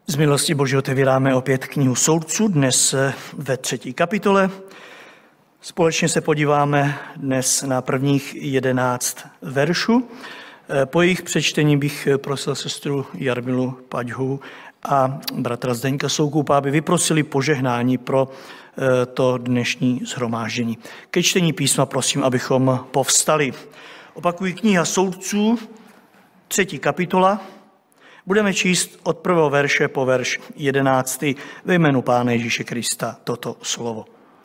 Z milosti Boží otevíráme opět knihu Soudců, dnes ve 3. kapitole. Společně se podíváme dnes na prvních 11 veršů. Po jejich přečtení bych prosil sestru Jarmilu Paďhu a bratra Zdeňka Soukupa, aby vyprosili požehnání pro to dnešní shromáždění. Ke čtení písma prosím, abychom povstali. Opakuji, kniha Soudců, 3. kapitola. Budeme číst od 1. verše po verš 11. ve jménu Pána Ježíše Krista toto slovo.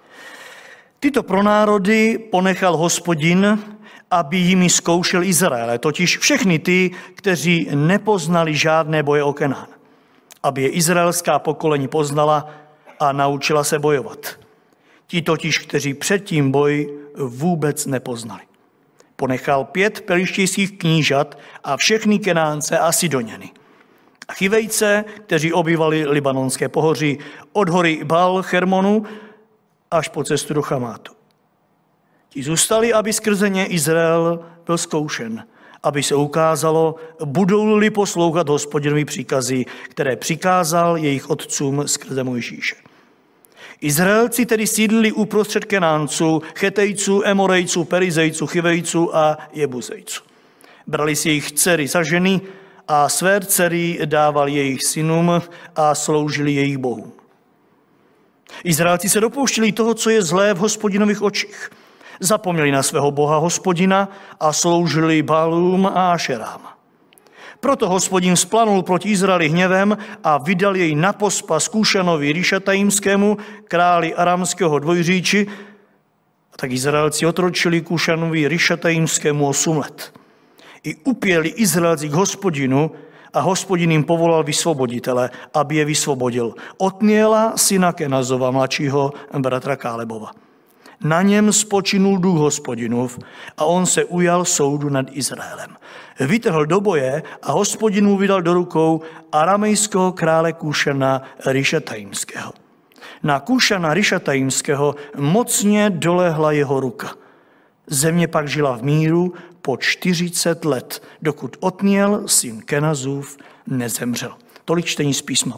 Tyto pronárody ponechal Hospodin, aby jimi zkoušel Izraele, totiž všechny ty, kteří nepoznali žádné boje o Kenán, aby je izraelská pokolení poznala a naučila se bojovat. Ti totiž, kteří předtím boj vůbec nepoznali. Ponechal 5 pelištějských knížat a všechny Kenánce a Sidoniany. A Chivejce, kteří obývali Libanonské pohoří od hory Baal Hermonu až po cestu do Chamátu. Ti zůstali, aby skrze ně Izrael byl zkoušen, aby se ukázalo, budou-li poslouchat Hospodinovi příkazy, které přikázal jejich otcům skrze Mojžíše. Izraelci tedy sídlili uprostřed Kenánců, Chetejců, Emorejců, Perizejců, Chivejců a Jebuzejců. Brali si jejich dcery za ženy a své dcery dávali jejich synům a sloužili jejich bohům. Izraelci se dopouštěli toho, co je zlé v Hospodinových očích. Zapomněli na svého boha Hospodina a sloužili Baalům a Ašerám. Proto Hospodin splanul proti Izraeli hněvem a vydal jej na pospas Kúšanovi Rišataimskému, králi aramského dvojříči. A tak Izraelci otročili Kúšanovi Rišataimskému 8 let. I upěli Izraelci k Hospodinu a Hospodin jim povolal vysvoboditele, aby je vysvobodil. Otniela, syna Kenazova, mladšího bratra Kálebova. Na něm spočinul duch Hospodinův a on se ujal soudu nad Izraelem. Vytrhl do boje a Hospodin mu vydal do rukou aramejského krále Kúšana Rišataimského. Na Kúšana Rišataimského mocně dolehla jeho ruka. Země pak žila v míru po 40 let, dokud Otniel, syn Kenazův, nezemřel. Tolik čtení z písma.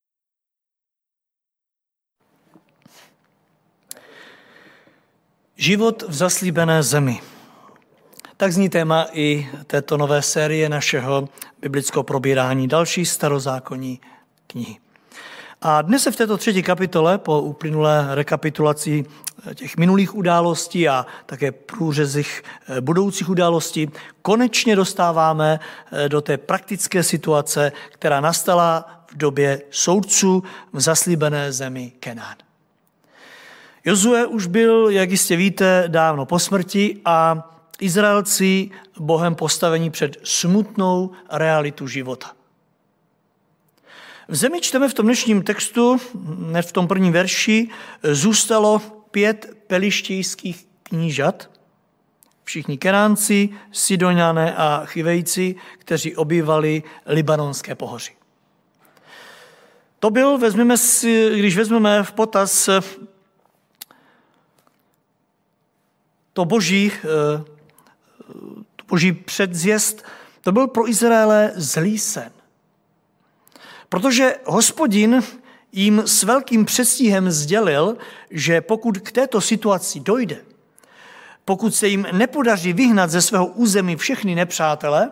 Život v zaslíbené zemi. Tak zní téma i této nové série našeho biblického probírání, další starozákonní knihy. A dnes se v této 3. kapitole po uplynulé rekapitulaci těch minulých událostí a také průřezích budoucích událostí konečně dostáváme do té praktické situace, která nastala v době soudců v zaslíbené zemi Kenán. Jozue už byl, jak jistě víte, dávno po smrti a Izraelci Bohem postavení před smutnou realitu života. V zemi čteme v tom dnešním textu, v tom prvním verši, zůstalo 5 pelištějských knížat, všichni Kenánci, Sidoniané a Chivejci, kteří obývali Libanonské pohoří. To byl, když vezmeme v potaz to boží předzvěst, to byl pro Izraele zlý sen. Protože Hospodin jim s velkým předstihem sdělil, že pokud k této situaci dojde, pokud se jim nepodaří vyhnat ze svého území všechny nepřátele,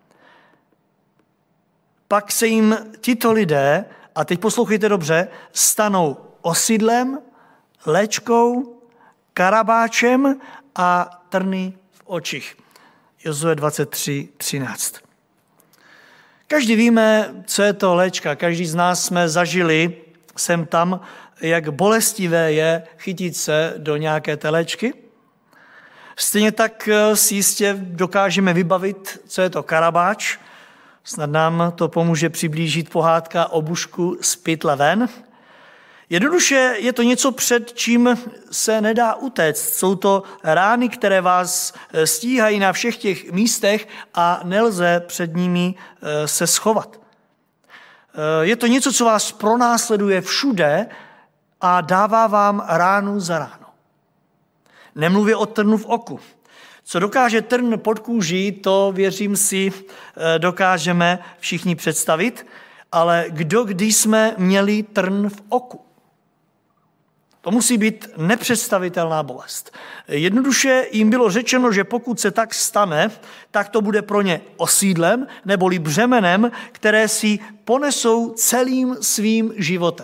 pak se jim tito lidé, a teď poslouchejte dobře, stanou osidlem, léčkou, karabáčem a trny v očích. Jozue 23:13. Každý víme, co je to léčka. Každý z nás jsme zažili sem tam, jak bolestivé je chytit se do nějaké té léčky. Stejně tak si jistě dokážeme vybavit, co je to karabáč. Snad nám to pomůže přiblížit pohádka o Bušku z pytle ven. Jednoduše je to něco, před čím se nedá utéct. Jsou to rány, které vás stíhají na všech těch místech a nelze před nimi se schovat. Je to něco, co vás pronásleduje všude a dává vám ránu za ránu. Nemluvě o trnu v oku. Co dokáže trn pod kůží, to věřím si, dokážeme všichni představit. ale kdy jsme měli trn v oku. To musí být nepředstavitelná bolest. Jednoduše jim bylo řečeno, že pokud se tak stane, tak to bude pro ně osídlem neboli břemenem, které si ponesou celým svým životem.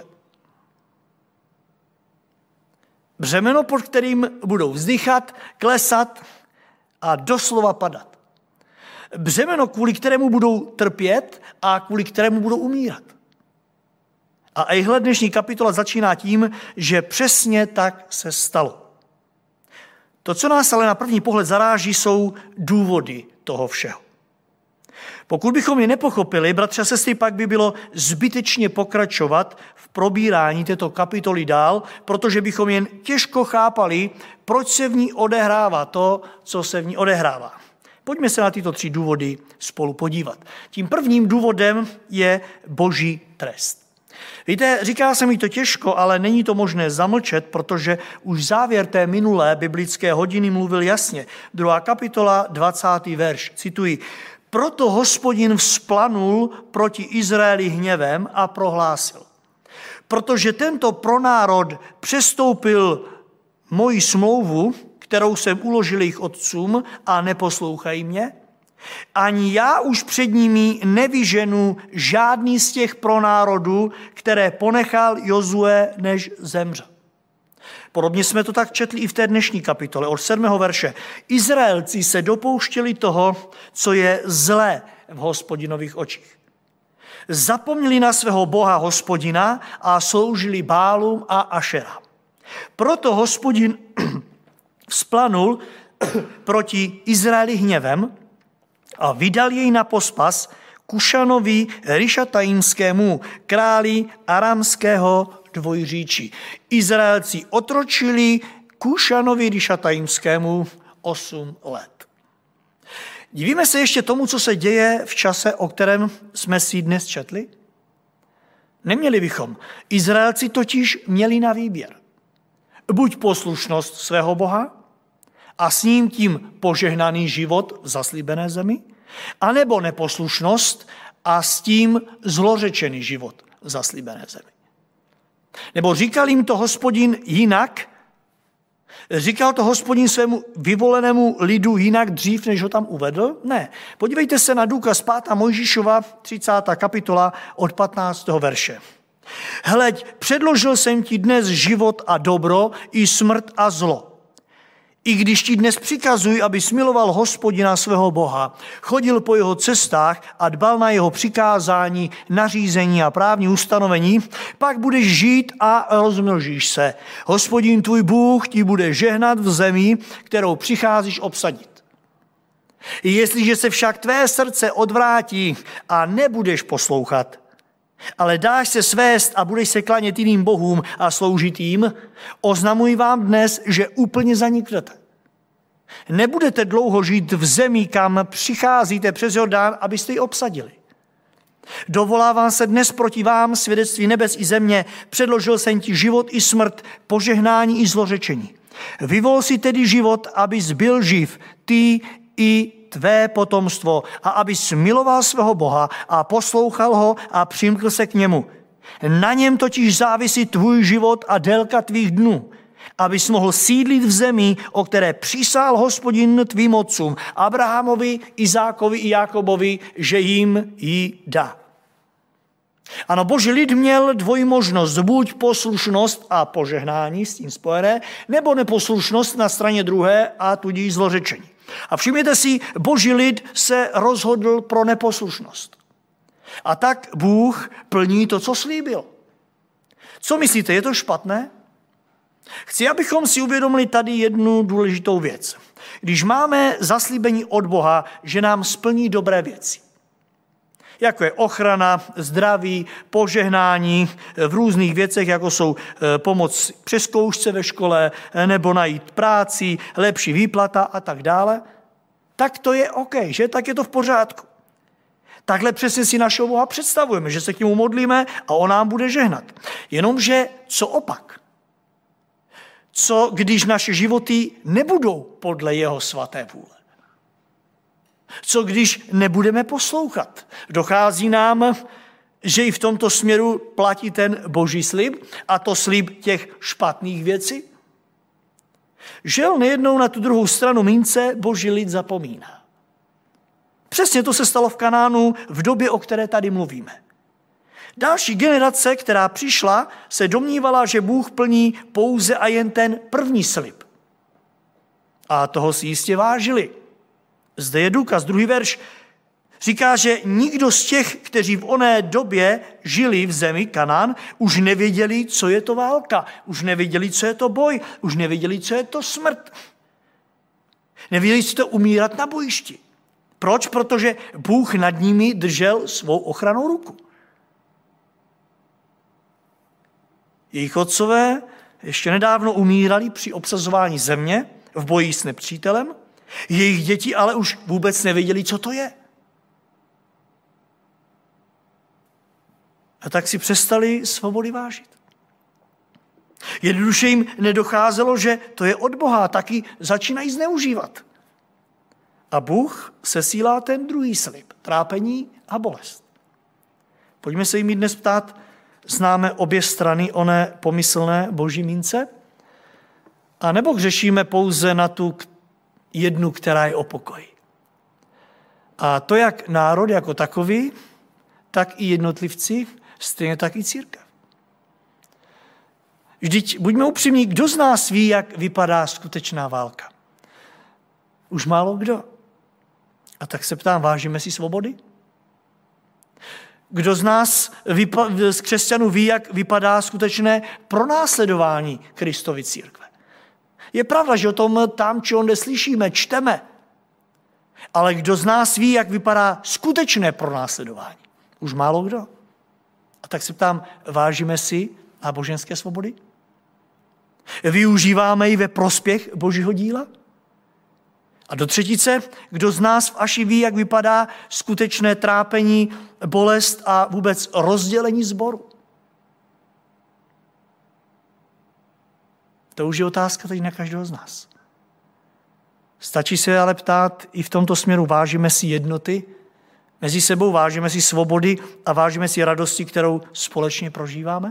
Břemeno, pod kterým budou vzdychat, klesat a doslova padat. Břemeno, kvůli kterému budou trpět a kvůli kterému budou umírat. A ejhle dnešní kapitola začíná tím, že přesně tak se stalo. To, co nás ale na první pohled zaráží, jsou důvody toho všeho. Pokud bychom je nepochopili, bratři a sestry, pak by bylo zbytečně pokračovat v probírání této kapitoly dál, protože bychom jen těžko chápali, proč se v ní odehrává to, co se v ní odehrává. Pojďme se na tyto 3 důvody spolu podívat. Tím prvním důvodem je Boží trest. Víte, říká se mi to těžko, ale není to možné zamlčet, protože už závěr té minulé biblické hodiny mluvil jasně. 2. kapitola, 20. verš, cituji. Proto Hospodin vzplanul proti Izraeli hněvem a prohlásil. Protože tento pronárod přestoupil moji smlouvu, kterou jsem uložil jejich otcům a neposlouchají mě, ani já už před nimi nevyženu žádný z těch pronárodů, které ponechal Jozue, než zemřel. Podobně jsme to tak četli i v té dnešní kapitole od 7. verše. Izraelci se dopouštěli toho, co je zlé v Hospodinových očích. Zapomněli na svého Boha Hospodina a sloužili Bálům a Ašerám. Proto Hospodin vzplanul proti Izraeli hněvem a vydal jej na pospas Kušanovi Rišataimskému, králi aramského dvojříčí. Izraelci otročili Kušanovi Rišataimskému 8 let. Divíme se ještě tomu, co se děje v čase, o kterém jsme si dnes četli? Neměli bychom. Izraelci totiž měli na výběr. Buď poslušnost svého Boha a s ním tím požehnaný život v zaslíbené zemi, anebo neposlušnost a s tím zlořečený život v zaslíbené zemi. Nebo říkal jim to Hospodin jinak? Říkal to Hospodin svému vyvolenému lidu jinak dřív, než ho tam uvedl? Ne. Podívejte se na důkaz 5. Mojžíšova, 30. kapitola od 15. verše. Hleď, předložil jsem ti dnes život a dobro, i smrt a zlo. I když ti dnes přikazuji, aby smiloval Hospodina svého Boha, chodil po jeho cestách a dbal na jeho přikázání, nařízení a právní ustanovení, pak budeš žít a rozmnožíš se. Hospodin tvůj Bůh ti bude žehnat v zemi, kterou přicházíš obsadit. Jestliže se však tvé srdce odvrátí a nebudeš poslouchat, ale dáš se svést a budeš se klanět jiným bohům a sloužit jim, oznamuji vám dnes, že úplně zaniknete. Nebudete dlouho žít v zemi, kam přicházíte přes Jordán, abyste ji obsadili. Dovolávám se dnes proti vám, svědectví nebes i země, předložil jsem ti život i smrt, požehnání i zlořečení. Vyvol si tedy život, abys byl živ, ty i tvé potomstvo, a abys miloval svého Boha a poslouchal ho a přimkl se k němu. Na něm totiž závisí tvůj život a délka tvých dnů, abys mohl sídlit v zemi, o které přísahal Hospodin tvým otcům, Abrahamovi, Izákovi i Jakobovi, že jim ji dá. Ano, Boží lid měl dvojí možnost, buď poslušnost a požehnání s tím spojené, nebo neposlušnost na straně druhé a tudíž zlořečení. A všimněte si, Boží lid se rozhodl pro neposlušnost. A tak Bůh plní to, co slíbil. Co myslíte, je to špatné? Chci, abychom si uvědomili tady jednu důležitou věc. Když máme zaslíbení od Boha, že nám splní dobré věci, jako je ochrana, zdraví, požehnání v různých věcech, jako jsou pomoc při zkoušce ve škole, nebo najít práci, lepší výplata a tak dále, tak to je OK, že? Tak je to v pořádku. Takhle přesně si našeho Boha představujeme, že se k němu modlíme a on nám bude žehnat. Jenomže co opak? Co když naše životy nebudou podle jeho svaté vůle? Co když nebudeme poslouchat? Dochází nám že i v tomto směru platí ten boží slib, a to slib těch špatných věcí? Žel nejednou na tu druhou stranu mince boží lid zapomíná. Přesně to se stalo v Kanánu v době, o které tady mluvíme. Další generace, která přišla, se domnívala, že Bůh plní pouze a jen ten první slib. A toho si jistě vážili. Zde je důkaz, 2. verš. Říká, že nikdo z těch, kteří v oné době žili v zemi Kanán, už nevěděli, co je to válka, už nevěděli, co je to boj, už nevěděli, co je to smrt. Nevěděli, co to umírat na bojišti. Proč? Protože Bůh nad nimi držel svou ochrannou ruku. Jejich otcové ještě nedávno umírali při obsazování země v boji s nepřítelem, jejich děti ale už vůbec nevěděli, co to je. A tak si přestali svobody vážit. Jednoduše jim nedocházelo, že to je od Boha, taky začínají zneužívat. A Bůh sesílá ten druhý slib, trápení a bolest. Pojďme se jim dnes ptát, známe obě strany oné pomyslné boží mince? A nebo hřešíme pouze na tu jednu, která je o pokoji? A to jak národ jako takový, tak i jednotlivci, stejně tak i církev. Vždyť buďme upřímní, kdo z nás ví, jak vypadá skutečná válka? Už málo kdo. A tak se ptám, vážíme si svobody? Kdo z nás, z křesťanů, ví, jak vypadá skutečné pronásledování Kristovy církve? Je pravda, že o tom tam či onde slyšíme, čteme. Ale kdo z nás ví, jak vypadá skutečné pronásledování? Už málo kdo. A tak se ptám, vážíme si náboženské svobody? Využíváme ji ve prospěch Božího díla? A do třetice, kdo z nás v Aši ví, jak vypadá skutečné trápení, bolest a vůbec rozdělení sboru? To už je otázka teď na každého z nás. Stačí se ale ptát, i v tomto směru vážíme si jednoty mezi sebou, vážíme si svobody a vážíme si radosti, kterou společně prožíváme?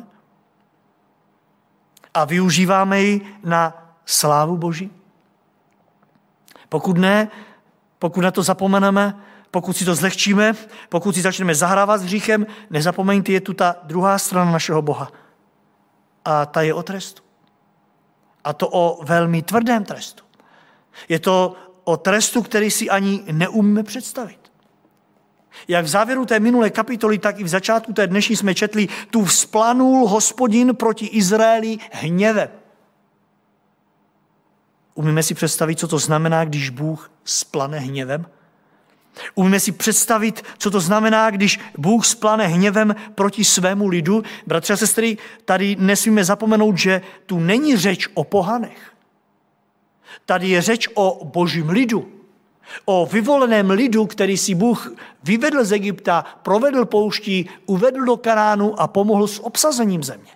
A využíváme ji na slávu Boží? Pokud ne, pokud na to zapomeneme, pokud si to zlehčíme, pokud si začneme zahrávat s hříchem, nezapomeňte, je tu ta druhá strana našeho Boha. A ta je o trestu. A to o velmi tvrdém trestu. Je to o trestu, který si ani neumíme představit. Jak v závěru té minulé kapitoly, tak i v začátku té dnešní jsme četli, tu vzplanul Hospodin proti Izraeli hněvem. Umíme si představit, co to znamená, když Bůh splane hněvem? Umíme si představit, co to znamená, když Bůh splane hněvem proti svému lidu? Bratři a sestry, tady nesmíme zapomenout, že tu není řeč o pohanech. Tady je řeč o Božím lidu. O vyvoleném lidu, který si Bůh vyvedl z Egypta, provedl pouští, uvedl do Kanánu a pomohl s obsazením země.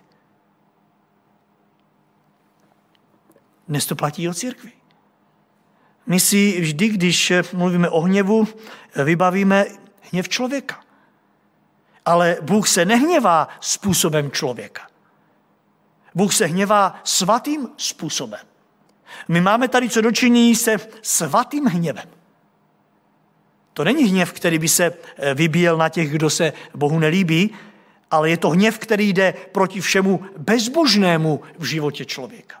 Dnes to platí o církvi. My si vždy, když mluvíme o hněvu, vybavíme hněv člověka. Ale Bůh se nehněvá způsobem člověka. Bůh se hněvá svatým způsobem. My máme tady co dočinění se svatým hněvem. To není hněv, který by se vybíjel na těch, kdo se Bohu nelíbí, ale je to hněv, který jde proti všemu bezbožnému v životě člověka.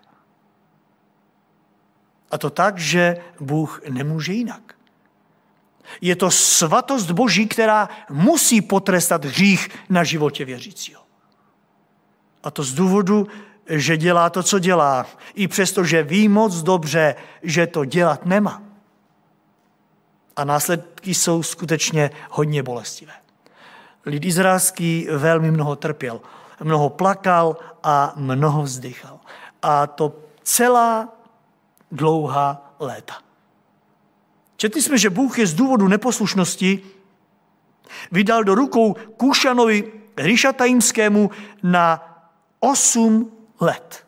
A to tak, že Bůh nemůže jinak. Je to svatost Boží, která musí potrestat hřích na životě věřícího. A to z důvodu, že dělá to, co dělá, i přesto, že ví moc dobře, že to dělat nemá. A následky jsou skutečně hodně bolestivé. Lid izraelský velmi mnoho trpěl, mnoho plakal a mnoho vzdychal. A to celá dlouhá léta. Četli jsme, že Bůh je z důvodu neposlušnosti vydal do rukou Kúšanovi Rišataimskému na 8 let.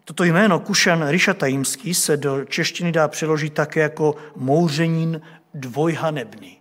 Toto jméno Kušan Rišataimský se do češtiny dá přeložit také jako mouřenín dvojhanebný.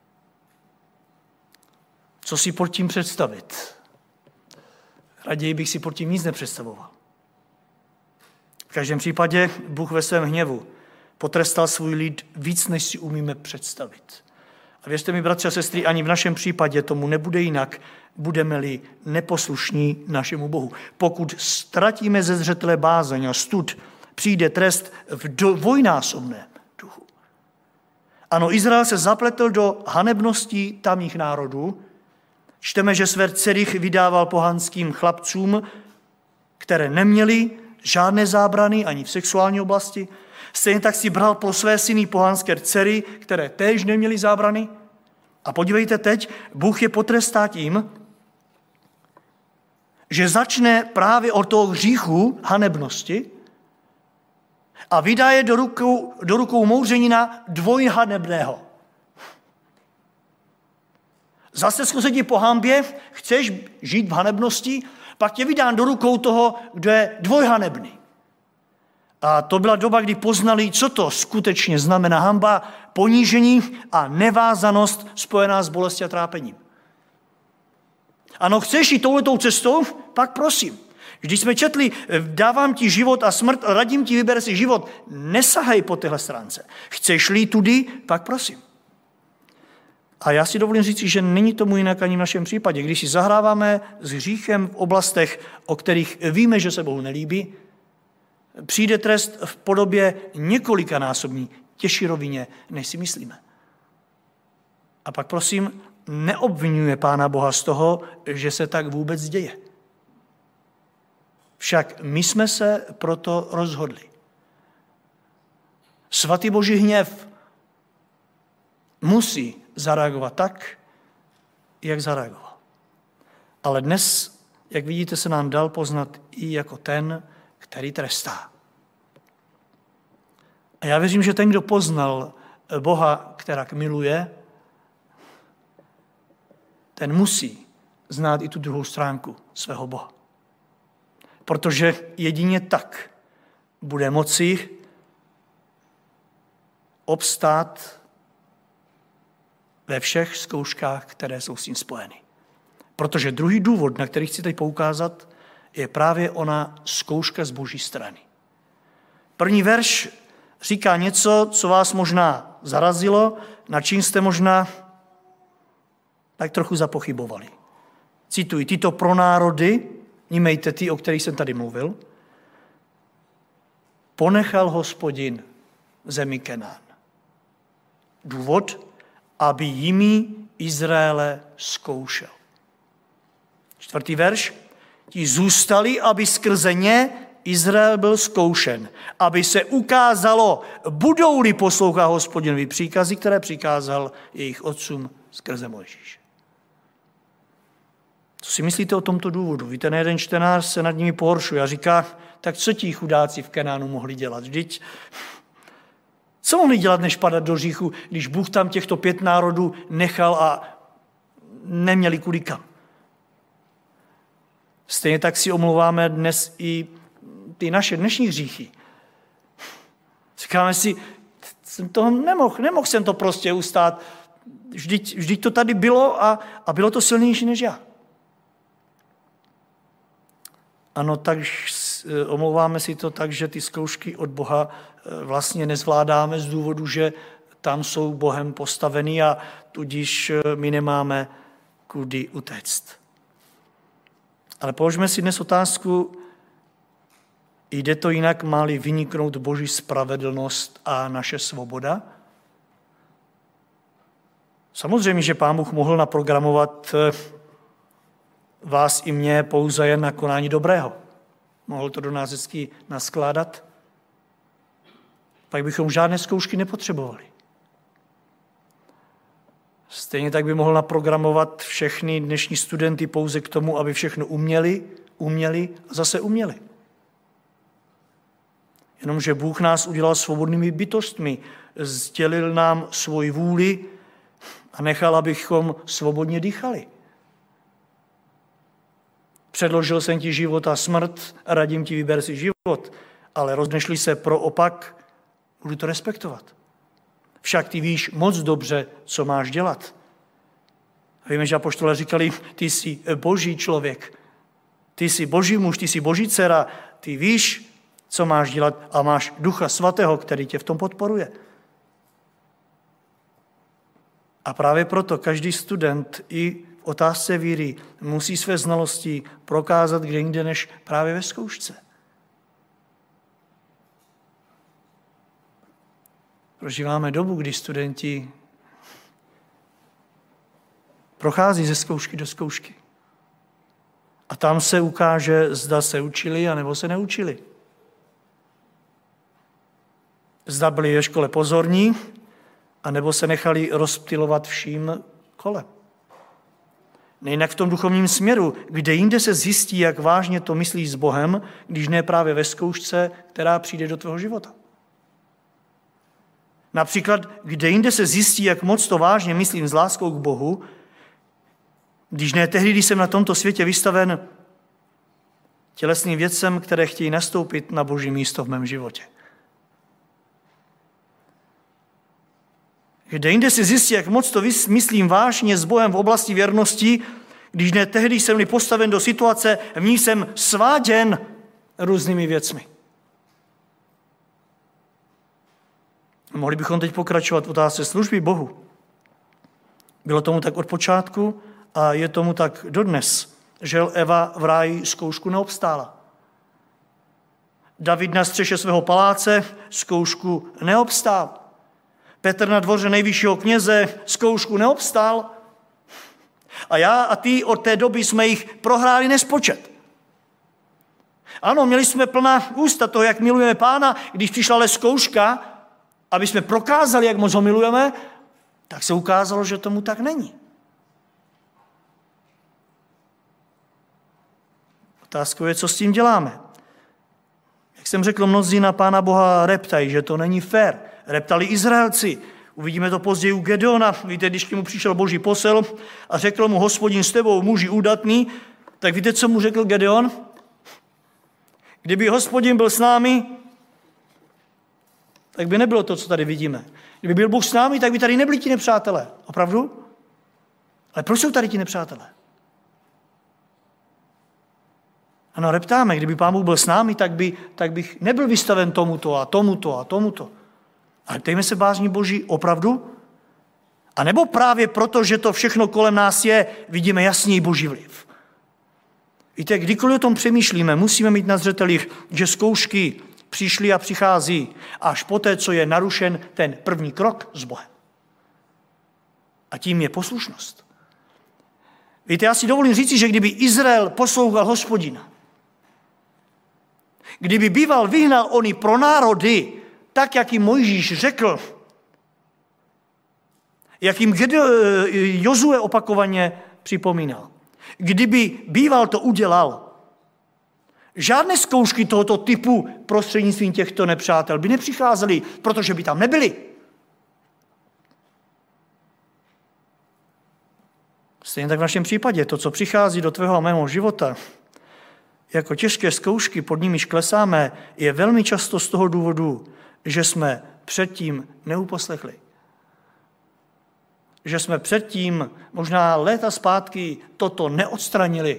Co si pod tím představit? Raději bych si pod tím nic nepředstavoval. V každém případě Bůh ve svém hněvu potrestal svůj lid víc, než si umíme představit. A věřte mi, bratři a sestry, ani v našem případě tomu nebude jinak, budeme-li neposlušní našemu Bohu. Pokud ztratíme ze zřetele bázeň a stud, přijde trest v dvojnásobném duchu. Ano, Izrael se zapletl do hanebností tamních národů. Čteme, že své dcery vydával pohanským chlapcům, které neměly žádné zábrany ani v sexuální oblasti. Stejně tak si bral pro své syny pohanské dcery, které též neměly zábrany. A podívejte teď, Bůh je potrestá tím, že začne právě od toho hříchu hanebnosti a vydá je do rukou mouřenina dvojhanebného. Zase skrze ti po hanbě chceš žít v hanebnosti, pak tě vydán do rukou toho, kdo je dvojhanebný. A to byla doba, kdy poznali, co to skutečně znamená hanba, ponížení a nevázanost spojená s bolestí a trápením. Ano, chceš jít touhletou cestou? Pak prosím. Když jsme četli, dávám ti život a smrt, radím ti, vyber si život, nesahej po téhle stránce. Chceš-li tudy? Pak prosím. A já si dovolím říct, že není tomu jinak ani v našem případě. Když si zahráváme s hříchem v oblastech, o kterých víme, že se Bohu nelíbí, přijde trest v podobě několikanásobní, těžší rovině, než si myslíme. A pak prosím, neobvinuje Pána Boha z toho, že se tak vůbec děje. Však my jsme se proto rozhodli. Svatý Boží hněv musí zareagovat tak, jak zareagoval. Ale dnes, jak vidíte, se nám dal poznat i jako ten, který trestá. A já věřím, že ten, kdo poznal Boha, kterak miluje, ten musí znát i tu druhou stránku svého Boha. Protože jedině tak bude moci obstát ve všech zkouškách, které jsou s tím spojeny. Protože druhý důvod, na který chci teď poukázat, je právě ona zkouška z Boží strany. První verš říká něco, co vás možná zarazilo, nad čím jste možná tak trochu zapochybovali. Cituji, tyto pronárody, nímejte ty, o kterých jsem tady mluvil, ponechal Hospodin zemi Kenán. Důvod, aby jimi Izraele zkoušel. 4. verš. Ti zůstali, aby skrze ně Izrael byl zkoušen. Aby se ukázalo, budou-li poslouchat Hospodinovi příkazy, které přikázal jejich otcům skrze Mojžíše. Co si myslíte o tomto důvodu? Víte, jeden čtenář se nad nimi pohoršuje a říká, tak co ti chudáci v Kenánu mohli dělat? Vždyť co mohli dělat, než padat do hříchu, když Bůh tam těchto 5 národů nechal a neměli kudy kam? Stejně tak si omlouváme dnes i ty naše dnešní hříchy. Říkáme si, jsem toho nemohl jsem to prostě ustát. Vždyť to tady bylo a bylo to silnější než já. Ano, tak omlouváme si to tak, že ty zkoušky od Boha vlastně nezvládáme z důvodu, že tam jsou Bohem postavený a tudíž my nemáme kudy utéct. Ale položme si dnes otázku, jde to jinak, má-li vyniknout Boží spravedlnost a naše svoboda? Samozřejmě, že Pán Bůh mohl naprogramovat vás i mě pouze jen na konání dobrého. Mohl to do nás vždycky naskládat. Pak bychom žádné zkoušky nepotřebovali. Stejně tak by mohl naprogramovat všechny dnešní studenty pouze k tomu, aby všechno uměli a zase uměli. Jenomže Bůh nás udělal svobodnými bytostmi, sdělil nám svoji vůli a nechal, abychom svobodně dýchali. Předložil jsem ti život a smrt, radím ti, vyber si život, ale rozhodneš-li se pro opak, budu to respektovat. Však ty víš moc dobře, co máš dělat. A víme, že apoštolé říkali, ty jsi boží člověk, ty jsi boží muž, ty jsi boží dcera, ty víš, co máš dělat a máš Ducha Svatého, který tě v tom podporuje. A právě proto každý student i v otázce víry musí své znalosti prokázat kde jinde než právě ve zkoušce. Prožíváme dobu, kdy studenti prochází ze zkoušky do zkoušky. A tam se ukáže, zda se učili, anebo se neučili. Zda byli ve škole pozorní, anebo se nechali rozptylovat vším kolem. Nejinak v tom duchovním směru, kde jinde se zjistí, jak vážně to myslí s Bohem, když ne právě ve zkoušce, která přijde do tvého života. Například, kde jinde se zjistí, jak moc to vážně myslím s láskou k Bohu, když ne tehdy, když jsem na tomto světě vystaven tělesným věcem, které chtějí nastoupit na Boží místo v mém životě. Kde jinde se zjistí, jak moc to myslím vážně s Bohem v oblasti věrnosti, když ne tehdy jsem postaven do situace, v ní jsem sváděn různými věcmi. Mohli bychom teď pokračovat v otázce služby Bohu. Bylo tomu tak od počátku a je tomu tak dodnes. Žel Eva v ráji zkoušku neobstála. David na střeše svého paláce zkoušku neobstál. Petr na dvoře nejvyššího kněze zkoušku neobstál. A já a ty od té doby jsme jich prohráli nespočet. Ano, měli jsme plná ústa toho, jak milujeme Pána, když přišla ale zkouška, aby jsme prokázali, jak moc ho milujeme, tak se ukázalo, že tomu tak není. Otázkou je, co s tím děláme. Jak jsem řekl, mnozí na Pána Boha reptají, že to není fér. Reptali Izraelci. Uvidíme to později u Gedeona. Víte, když k němu přišel Boží posel a řekl mu, Hospodin s tebou, muži údatný, tak víte, co mu řekl Gedeon? Kdyby Hospodin byl s námi, tak by nebylo to, co tady vidíme. Kdyby byl Bůh s námi, tak by tady nebyli ti nepřátelé. Opravdu? Ale proč jsou tady ti nepřátelé? Ano, reptáme, kdyby Pán Bůh byl s námi, tak bych nebyl vystaven tomuto a tomuto a tomuto. Ale ptejme se, bázní Boží, opravdu? A nebo právě proto, že to všechno kolem nás je, vidíme jasný Boží vliv. Víte, kdykoliv o tom přemýšlíme, musíme mít na zřetelích, že zkoušky přišly a přichází až poté, co je narušen ten první krok s Bohem. A tím je poslušnost. Víte, já si dovolím říci, že kdyby Izrael poslouchal Hospodina, kdyby býval vyhnal oni pro národy, tak, jak jim Mojžíš řekl, jak jim Jozue opakovaně připomínal. Kdyby býval to udělal, žádné zkoušky tohoto typu prostřednictvím těchto nepřátel by nepřicházely, protože by tam nebyly. Stejně tak v našem případě, to, co přichází do tvého a mého života, jako těžké zkoušky, pod nimiž klesáme, je velmi často z toho důvodu, že jsme předtím neuposlechli. Že jsme předtím, možná léta zpátky, toto neodstranili.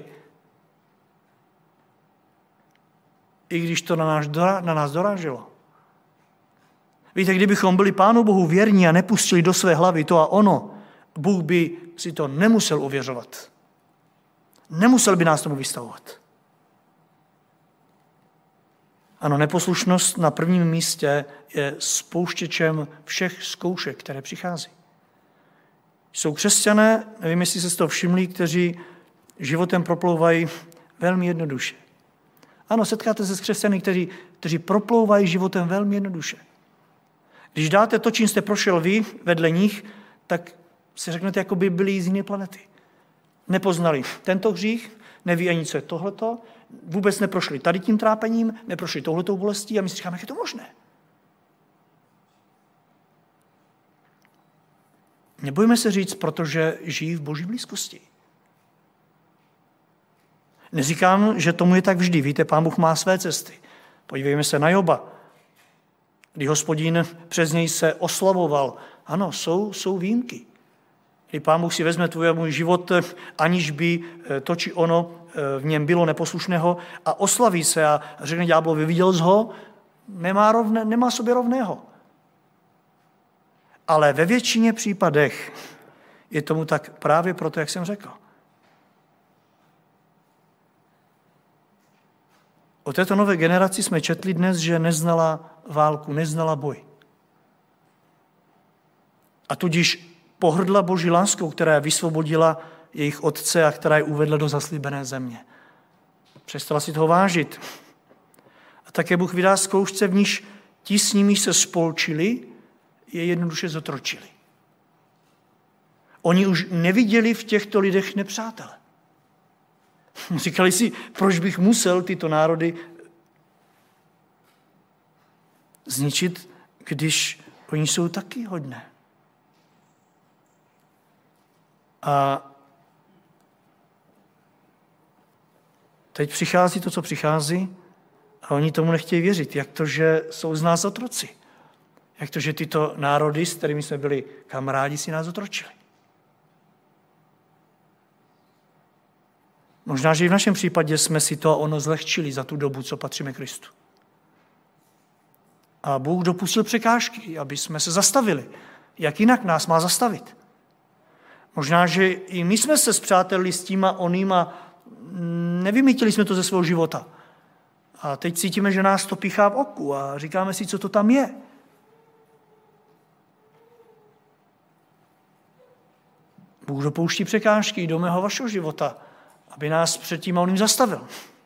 I když to na nás doráželo. Víte, kdybychom byli Pánu Bohu věrní a nepustili do své hlavy to a ono, Bůh by si to nemusel ověřovat. Nemusel by nás tomu vystavovat. Ano, neposlušnost na prvním místě je spouštěčem všech zkoušek, které přichází. Jsou křesťané, nevím, jestli se z toho všimli, kteří životem proplouvají velmi jednoduše. Ano, setkáte se s křesťany, kteří proplouvají životem velmi jednoduše. Když dáte to, čím jste prošel vy vedle nich, tak si řeknete, jako by byli z jiné planety. Nepoznali tento hřích, neví ani, co je tohleto, vůbec neprošli tady tím trápením, neprošli touhletou bolestí a my si říkáme, jak je to možné. Nebojme se říct, protože žijí v Boží blízkosti. Neříkám, že tomu je tak vždy. Víte, Pán Bůh má své cesty. Podívejme se na Joba. Kdy Hospodin přes něj se oslavoval. Ano, jsou výjimky. Kdy Pán Bůh si vezme tvůj a můj život, aniž by to či ono v něm bylo neposlušného a oslaví se a řekne ďáblovi, viděl jsi ho, nemá sobě rovného. Ale ve většině případech je tomu tak právě proto, jak jsem řekl. O této nové generaci jsme četli dnes, že neznala válku, neznala boj. A tudíž pohrdla Boží láskou, která vysvobodila jejich otce a která je uvedla do zaslíbené země. Přestala si toho vážit. A také Bůh vydá zkoušce, v níž ti s nimi se spolčili, je jednoduše zotročili. Oni už neviděli v těchto lidech nepřátele. Říkali si, proč bych musel tyto národy zničit, když oni jsou taky hodné. A teď přichází to, co přichází, a oni tomu nechtějí věřit. Jak to, že jsou z nás otroci? Jak to, že tyto národy, s kterými jsme byli kamarádi, si nás otročili? Možná, že i v našem případě jsme si to ono zlehčili za tu dobu, co patříme Kristu. A Bůh dopustil překážky, aby jsme se zastavili. Jak jinak nás má zastavit? Možná, že i my jsme se spřátelili s tím a oným a nevymítili jsme to ze svého života. A teď cítíme, že nás to píchá v oku a říkáme si, co to tam je. Bůh dopouští překážky do mého vašeho života, aby nás před tím a oným zastavil.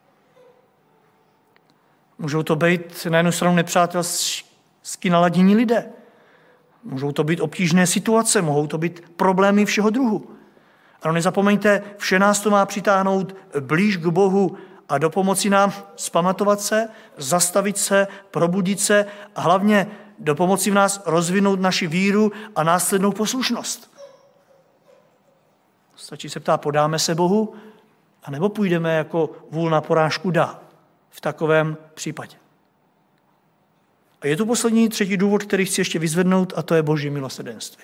Můžou to být na jednu stranu nepřátelsky naladění lidé. Můžou to být obtížné situace, mohou to být problémy všeho druhu. Ale nezapomeňte, vše nás to má přitáhnout blíž k Bohu a do pomoci nám zpamatovat se, zastavit se, probudit se a hlavně do pomoci v nás rozvinout naši víru a následnou poslušnost. Stačí se ptát, podáme se Bohu, anebo půjdeme jako vůl na porážku dál v takovém případě. A je tu poslední, třetí důvod, který chci ještě vyzvednout, a to je Boží milosrdenství.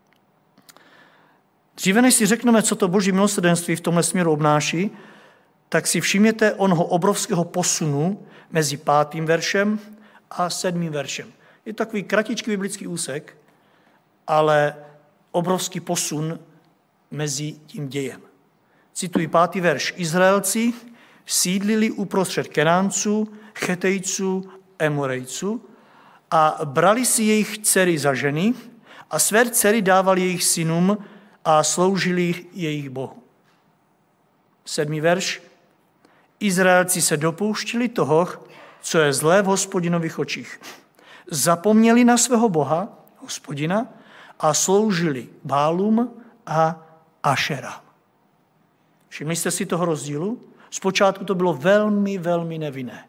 Dříve než si řekneme, co to Boží milosrdenství v tomhle směru obnáší, tak si všimněte onoho obrovského posunu mezi 5. veršem a 7. veršem. Je to takový kratičký biblický úsek, ale obrovský posun mezi tím dějem. Cituji 5. verš. Izraelci sídlili uprostřed Kenánců, Chetejců, Emorejců a brali si jejich dcery za ženy a své dcery dávali jejich synům a sloužili jejich Bohu. 7. verš. Izraelci se dopouštili toho, co je zlé v Hospodinových očích. Zapomněli na svého Boha, Hospodina, a sloužili Bálům a Ašerám. Všimli jste si toho rozdílu? Zpočátku to bylo velmi, velmi nevinné.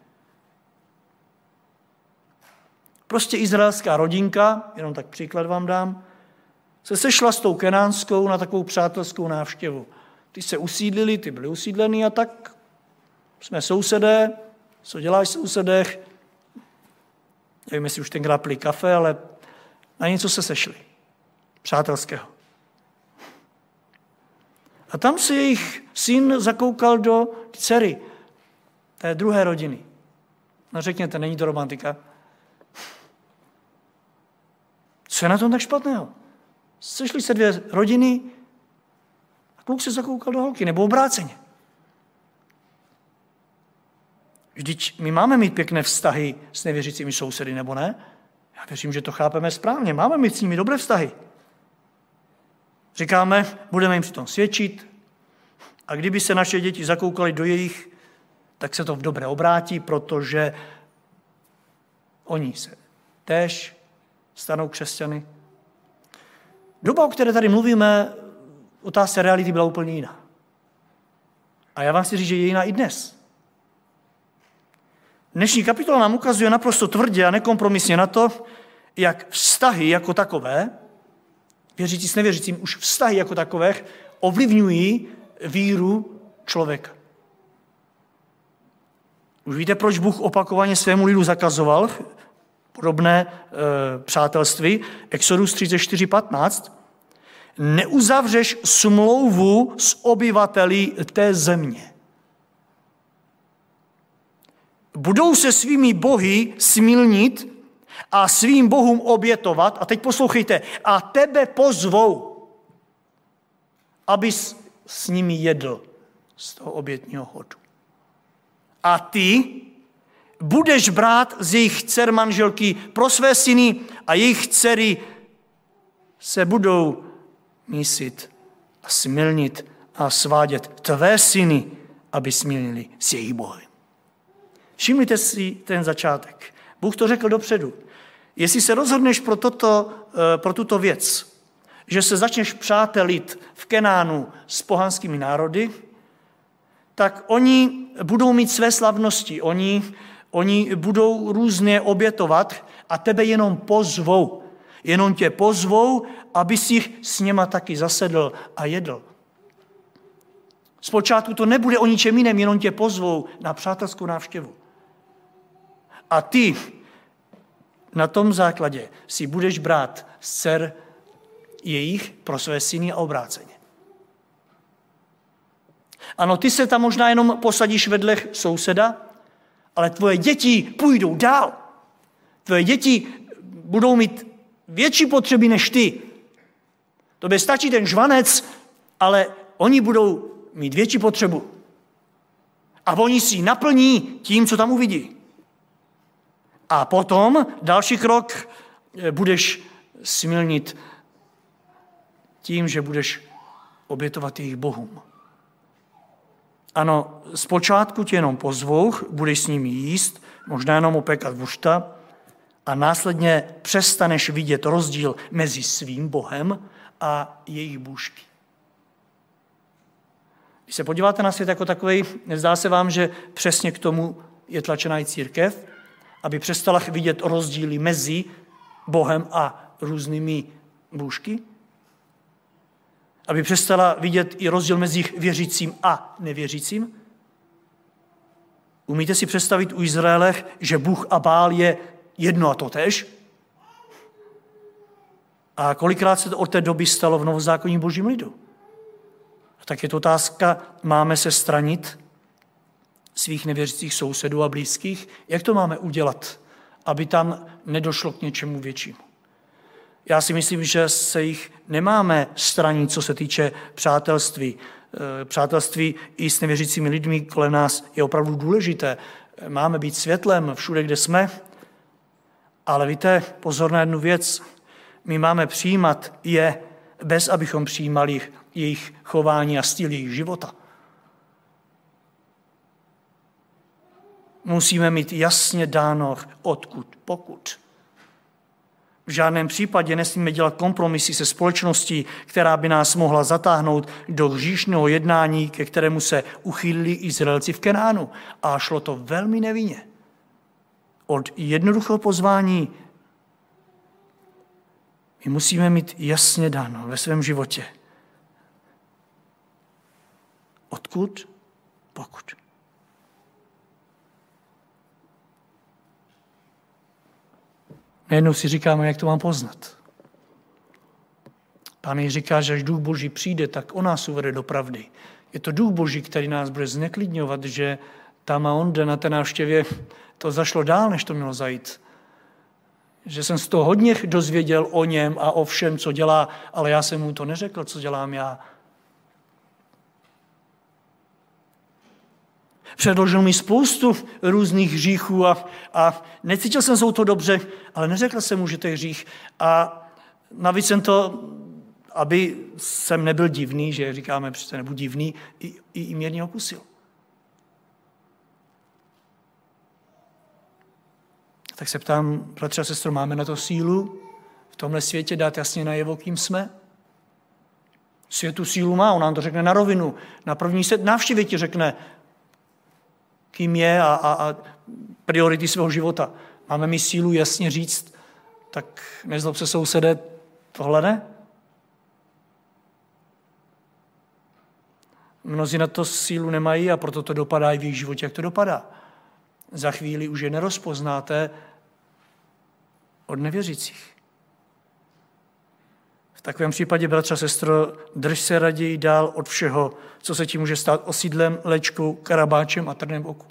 Prostě izraelská rodinka, jenom tak příklad vám dám, se sešla s tou kenánskou na takovou přátelskou návštěvu. Ty se usídlili, ty byli usídlený a tak jsme sousedé, co děláš v sousedech? Nevím, jestli už tenkrát pili kafe, ale na něco se sešli. Přátelského. A tam se jejich syn zakoukal do dcery té druhé rodiny. No řekněte, není to romantika? Co je na tom tak špatného? Sešli se 2 rodiny a kluk se zakoukal do holky, nebo obráceně. Vždyť my máme mít pěkné vztahy s nevěřícími sousedy, nebo ne? Já věřím, že to chápeme správně. Máme mít s nimi dobré vztahy. Říkáme, budeme jim přitom svědčit a kdyby se naše děti zakoukaly do jejich, tak se to v dobré obrátí, protože oni se též stanou křesťany. Doba, o které tady mluvíme, otázka reality byla úplně jiná. A já vám chci říct, že je jiná i dnes. Dnešní kapitola nám ukazuje naprosto tvrdě a nekompromisně na to, jak vztahy jako takové, věřící s nevěřícím, už vztahy jako takové ovlivňují víru člověka. Už víte, proč Bůh opakovaně svému lidu zakazoval podobné přátelství? Exodus 34:15. Neuzavřeš smlouvu s obyvateli té země. Budou se svými bohy smilnit a svým bohům obětovat. A teď poslouchejte. A tebe pozvou, abys s nimi jedl z toho obětního hodu. A ty budeš brát z jejich dcer manželky pro své syny a jejich dcery se budou mísit a smilnit a svádět tvé syny, aby smilnili s jejich bohy. Všimněte si ten začátek. Bůh to řekl dopředu. Jestli se rozhodneš pro tuto věc, že se začneš přátelit v Kenánu s pohanskými národy, tak oni budou mít své slavnosti, oni budou různě obětovat a tebe jenom pozvou. Jenom tě pozvou, aby si s něma taky zasedl a jedl. Zpočátku to nebude o ničem jiném, jenom tě pozvou na přátelskou návštěvu. A ty na tom základě si budeš brát z dcer jejich pro své syny a obráceně. Ano, ty se tam možná jenom posadíš vedle souseda, ale tvoje děti půjdou dál. Tvoje děti budou mít větší potřeby než ty. Tobě stačí ten žvanec, ale oni budou mít větší potřebu. A oni si naplní tím, co tam uvidí. A potom další krok budeš smilnit tím, že budeš obětovat jejich bohům. Ano, zpočátku tě jenom pozvou, budeš s nimi jíst, možná jenom opékat vušta a následně přestaneš vidět rozdíl mezi svým Bohem a jejich bůžky. Když se podíváte na svět jako takový, nezdá se vám, že přesně k tomu je tlačená i církev, aby přestala vidět rozdíly mezi Bohem a různými bůžky? Aby přestala vidět i rozdíl mezi věřícím a nevěřícím? Umíte si představit u Izraele, že Bůh a Bál je jedno a totéž? A kolikrát se to od té doby stalo v novozákonním božím lidu? A tak je to otázka, máme se stranit svých nevěřících sousedů a blízkých? Jak to máme udělat, aby tam nedošlo k něčemu většímu? Já si myslím, že se jich nemáme stranit, co se týče přátelství. Přátelství i s nevěřícími lidmi kolem nás je opravdu důležité. Máme být světlem všude, kde jsme. Ale víte, pozor na jednu věc. My máme přijímat je, bez abychom přijímali jejich chování a styl jejich života. Musíme mít jasně dáno, odkud, pokud. V žádném případě nesmíme dělat kompromisy se společností, která by nás mohla zatáhnout do hříšného jednání, ke kterému se uchýlili Izraelci v Kenánu. A šlo to velmi nevinně. Od jednoduchého pozvání my musíme mít jasně dáno ve svém životě. Odkud, pokud. Najednou si říkáme, jak to mám poznat. Pán říká, že až Duch Boží přijde, tak on nás uvede do pravdy. Je to Duch Boží, který nás bude zneklidňovat, že tam a onde na té návštěvě to zašlo dál, než to mělo zajít. Že jsem z toho hodně dozvěděl o něm a o všem, co dělá, ale já jsem mu to neřekl, co dělám já. Předložil mi spoustu různých hříchů a necítil jsem se u to dobře, ale neřekl jsem mu, že to je hřích. A navíc jsem to, aby jsem nebyl divný, že říkáme, přece nebudu divný, i mírně okusil. Tak se ptám, bratře a sestro, máme na to sílu v tomhle světě dát jasně najevo, kým jsme? Svět tu sílu má, on nám to řekne na rovinu. Na první návštěvě ti řekne, kým je a priority svého života. Máme mi sílu jasně říct, tak nezlob se sousede, tohle ne? Mnozí na to sílu nemají a proto to dopadá i v jejich životě, jak to dopadá. Za chvíli už je nerozpoznáte od nevěřících. V takovém případě, bratře a sestro, drž se raději dál od všeho, co se ti může stát osídlem, léčkou, karabáčem a trnem v oku.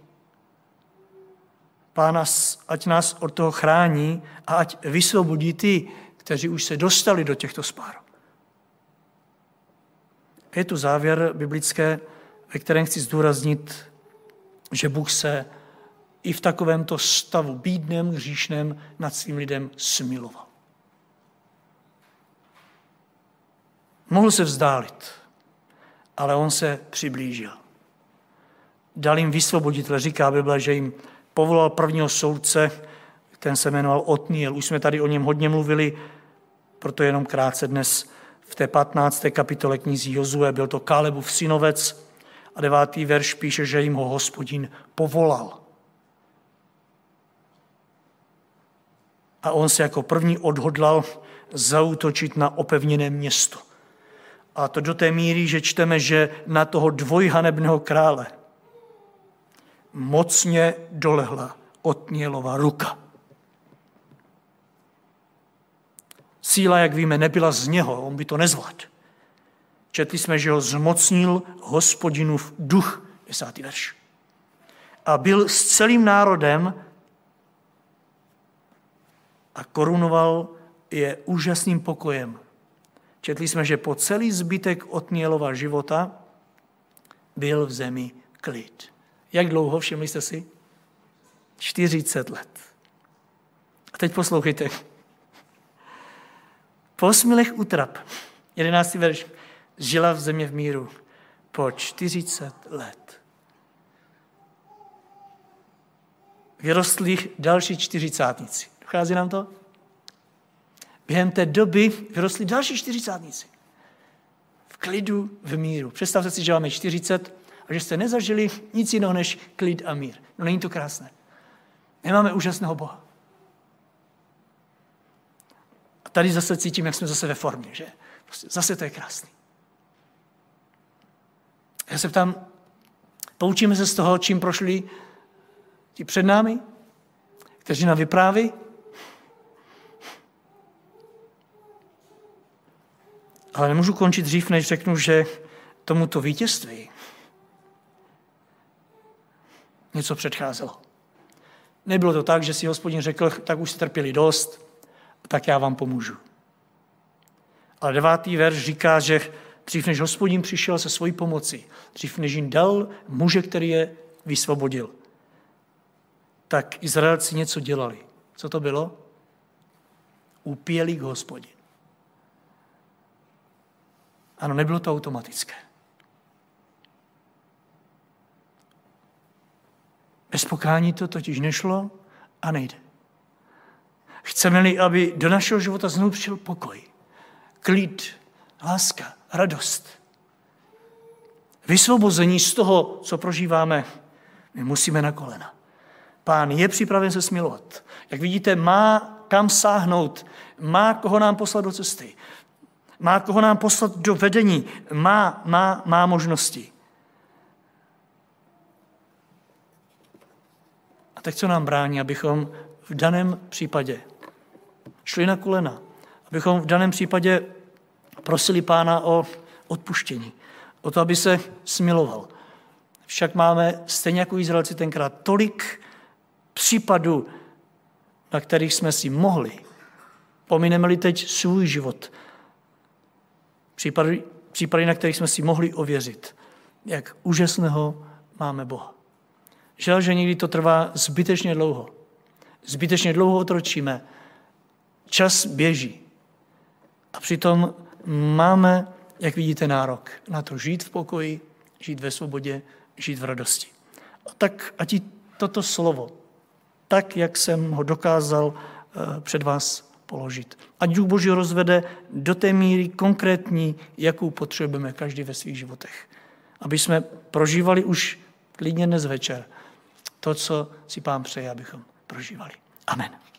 Pán ať nás od toho chrání a ať vysvobodí ty, kteří už se dostali do těchto spár. Je tu závěr biblické, ve kterém chci zdůraznit, že Bůh se i v takovémto stavu bídném, hříšném nad svým lidem smiloval. Mohl se vzdálit, ale on se přiblížil. Dal jim vysvoboditele, říká Bible, že jim povolal prvního soudce, ten se jmenoval Otniel. Už jsme tady o něm hodně mluvili, proto jenom krátce dnes v té 15. kapitole knihy Jozue. Byl to Kálebův synovec a 9. verš píše, že jim ho Hospodin povolal. A on se jako první odhodlal zaútočit na opevněné město. A to do té míry, že čteme, že na toho dvojhanebného krále mocně dolehla Otnielova ruka. Síla, jak víme, nebyla z něho, on by to nezvládl. Četli jsme, že ho zmocnil Hospodinův duch, 10. verš. A byl s celým národem a korunoval je úžasným pokojem. Četli jsme, že po celý zbytek Otnielova života byl v zemi klid. Jak dlouho, všimli jste si? 40 let. A teď poslouchejte. Po 8 letech útrap, 11. verš, žila v země v míru po 40 let. Vyrostli další 40. Dochází nám to? Během té doby vyrostli další 40. V klidu, v míru. Představte si, že máme 40 a že jste nezažili nic jiného než klid a mír. No není to krásné. Nemáme úžasného Boha. A tady zase cítím, jak jsme zase ve formě, že? Prostě zase to je krásný. Já se ptám, poučíme se z toho, čím prošli ti před námi, kteří nám vypráví? Ale nemůžu končit dřív, než řeknu, že tomuto vítězství něco předcházelo. Nebylo to tak, že si Hospodin řekl, tak už jste trpěli dost, tak já vám pomůžu. Ale 9. verš říká, že dřív než Hospodin přišel se svojí pomocí, dřív než jim dal muže, který je vysvobodil, tak Izraelci něco dělali. Co to bylo? Upěli k Hospodinu. Ano, nebylo to automatické. Bez pokání to totiž nešlo a nejde. Chceme-li, aby do našeho života znovu přišel pokoj, klid, láska, radost, vysvobození z toho, co prožíváme, my musíme na kolena. Pán je připraven se smilovat. Jak vidíte, má kam sáhnout, má koho nám poslat do cesty, má koho nám poslat do vedení, má možnosti. A tak co nám brání, abychom v daném případě šli na kolena, abychom v daném případě prosili Pána o odpuštění, o to, aby se smiloval. Však máme stejně jako Izraelci tenkrát tolik případů, na kterých jsme si mohli, pomineme-li teď svůj život, případy, na kterých jsme si mohli ověřit, jak úžasného máme Boha. Žel, že někdy to trvá zbytečně dlouho. Zbytečně dlouho otročíme. Čas běží. A přitom máme, jak vidíte, nárok na to žít v pokoji, žít ve svobodě, žít v radosti. A tak ať i toto slovo, tak, jak jsem ho dokázal před vás položit. Ať Duch Boží rozvede do té míry konkrétní, jakou potřebujeme každý ve svých životech. Aby jsme prožívali už klidně dnes večer to, co si Pán přeje, abychom prožívali. Amen.